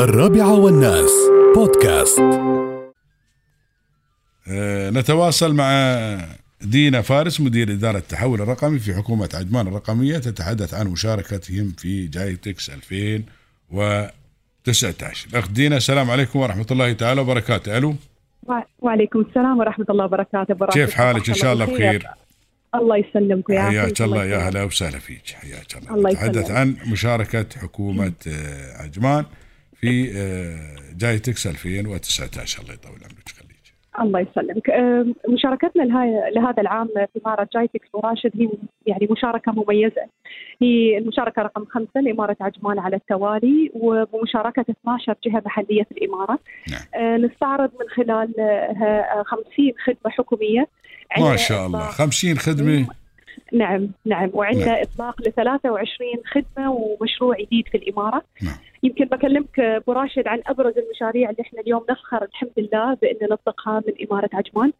الرابعة بودكاست. نتواصل مع دينا فارس مدير إدارة التحول الرقمي في حكومة عجمان الرقمية، تتحدث عن مشاركتهم في جايتكس 2019. الأخ دينا، السلام عليكم ورحمة الله تعالى وبركاته. ألو. وعليكم السلام ورحمة الله وبركاته. كيف حالك؟ إن شاء الله بخير. الله يسلمك يا حياك الله، يا هلا وسهلا فيك. حياك الله. نتحدث عن مشاركة حكومة عجمان في جايتكس 2019. الله يطول عمرك خليك. الله يسلمك. مشاركتنا لهذا العام في معرض جايتكس وراشد هي يعني مشاركة مميزة. هي المشاركة رقم 5 لإمارة عجمان على التوالي، وبمشاركة 12 جهة محلية في الإمارة. نعم. نستعرض من خلالها 50 خدمة حكومية. ما شاء الله 50 خدمة. نعم. وعندنا إطلاق ل 23 خدمة ومشروع جديد في الإمارة. نعم. يمكن بكلمك أبو راشد عن أبرز المشاريع اللي احنا اليوم نفخر الحمد لله بأن نطلقها من إمارة عجمان.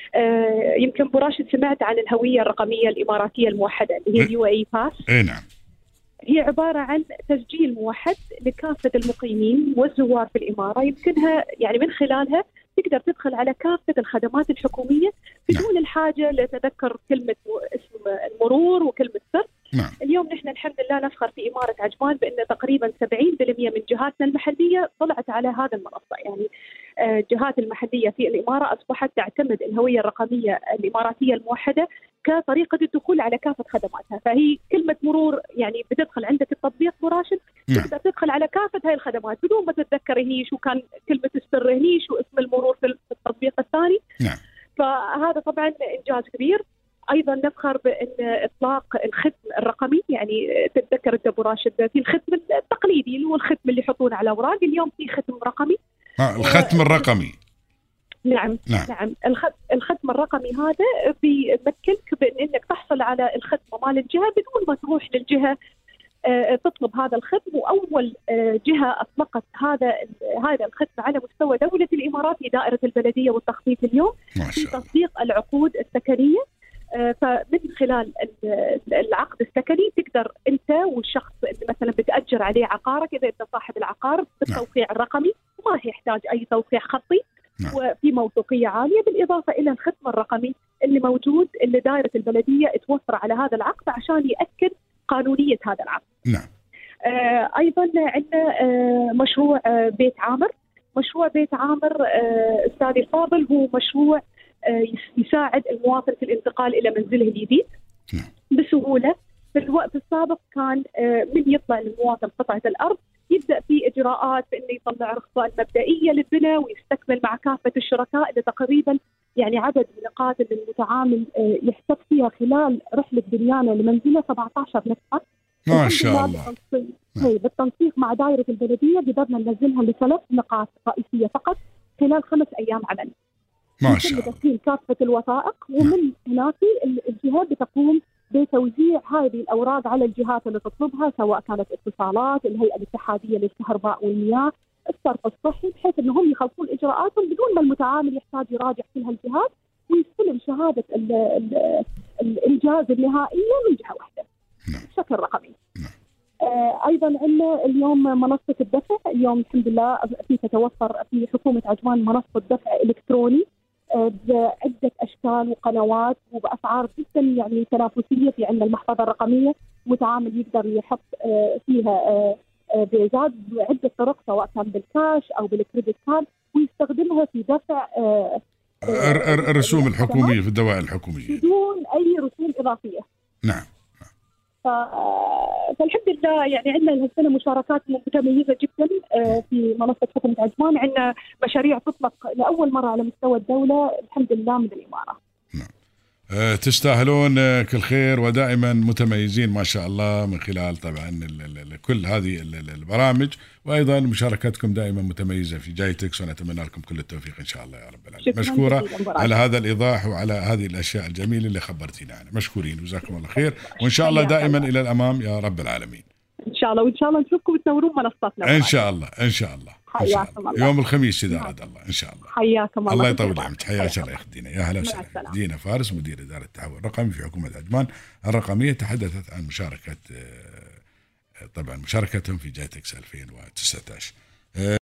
يمكن أبو راشد سمعت عن الهوية الرقمية الإماراتية الموحدة اللي هي UAE Pass. نعم. هي عبارة عن تسجيل موحد لكافة المقيمين والزوار في الإمارة، يمكنها يعني من خلالها تقدر تدخل على كافة الخدمات الحكومية بدون الحاجة لتذكر كلمة اسم المرور وكلمة سر. نعم. اليوم نحن الحمد لله نفخر في إمارة عجمان بأن تقريبا 70% من جهاتنا المحلية طلعت على هذا المنصة. يعني الجهات المحلية في الإمارة أصبحت تعتمد الهوية الرقمية الإماراتية الموحدة كطريقة الدخول على كافة خدماتها. فهي كلمة مرور يعني بتدخل عندك التطبيق مراشد، تقدر تدخل على كافة هاي الخدمات بدون ما تتذكر هني شو كان كلمة السر، هني شو اسم المرور في التطبيق الثاني. نعم. فهذا طبعا إنجاز كبير. أيضا نفخر بأن إطلاق الختم الرقمي. يعني تتذكر أنت أبو راشد في الختم التقليدي اللي هو الختم اللي يحطونه على أوراق، اليوم في ختم رقمي. الختم الرقمي. نعم. الختم الرقمي هذا بيمكنك بأن إنك تحصل على الختمة مال الجهة بدون ما تروح للجهة تطلب هذا الختم. وأول جهة أطلقت هذا الختم على مستوى دولة الإمارات هي دائرة البلدية والتخطيط اليوم في تطبيق العقود السكنية. فمن خلال العقد السكني تقدر أنت والشخص اللي مثلا بتأجر عليه عقارك، إذا أنت صاحب العقار، بالتوقيع الرقمي وما يحتاج أي توقيع خطي وفي موثوقية عالية، بالإضافة إلى الختم الرقمي اللي موجود اللي دائرة البلدية توفر على هذا العقد عشان يأكد قانونية هذا العقد. نعم. أيضا عندنا مشروع بيت عامر. مشروع بيت عامر أستاذي الفاضل هو مشروع يساعد المواطن في الانتقال إلى منزله الجديد بسهولة. في الوقت السابق كان من يطلع المواطن قطعة الأرض يبدأ في إجراءات بأنه يطلع رخصة المبدئية للبناء ويستكمل مع كافة الشركاء اللي تقريبا يعني عدد النقاط اللي المتعامل يحسب فيها خلال رحلة بنيانه لمنزله 17 نقطة. ما شاء الله. بالتنسيق مع دائرة البلدية قدرنا ننزلها ل3 نقاط رئيسية فقط خلال 5 أيام عمل. ما شاء الله. بتسجيل كافة الوثائق، ومن هناك الجهات بتقوم بتوزيع هذه الأوراق على الجهات اللي تطلبها، سواء كانت اتصالات، الهيئة الاتحادية للكهرباء والمياه، الصرف الصحي، بحيث أنهم يخلصون إجراءاتهم بدون ما المتعامل يحتاج يراجع كل هالجهات ويستلم شهادة الإنجاز النهائية من جهة واحدة بشكل رقمي. أيضا عندنا اليوم منصة الدفع. اليوم الحمد لله في تتوفر في حكومة عجمان منصة دفع إلكتروني بعدة أشكال وقنوات وبأسعار جدا يعني تنافسية. في عندنا المحفظة الرقمية، متعامل يقدر يحط فيها بيزاد بعدة طرق سواء كان بالكاش أو بالكريدت كارد، ويستخدمها في دفع الرسوم الحكومية في الدوائر الحكومية بدون أي رسوم إضافية. نعم. فالحمد لله يعني عندنا هالسنة مشاركات متميزة جدا في منصة حكومة عجمان. عندنا مشاريع تطلق لأول مرة على مستوى الدولة الحمد لله من الإمارة. نعم. تستاهلون كل خير ودائما متميزين ما شاء الله من خلال طبعا كل هذه البرامج، وأيضا مشاركتكم دائما متميزة في جايتكس، ونتمنى لكم كل التوفيق إن شاء الله يا رب العالمين. مشكورة على هذا الإيضاح وعلى هذه الأشياء الجميلة اللي خبرتينا عنها. مشكورين، جزاكم الله خير، وإن شاء الله دائما إلى الأمام يا رب العالمين. إن شاء الله، وإن شاء الله نشوفكم وتنورون منصتنا إن شاء الله. إن شاء الله. حياكم الله. يوم الخميس إذا أراد الله إن شاء الله. حياكم الله. الله يطول عمرك. حياك الله يا أخت دينا. يا هلا وسهلا. دينا فارس مدير إدارة التحول الرقمي في حكومة عجمان الرقمية تحدثت عن مشاركتهم في جايتكس 2019.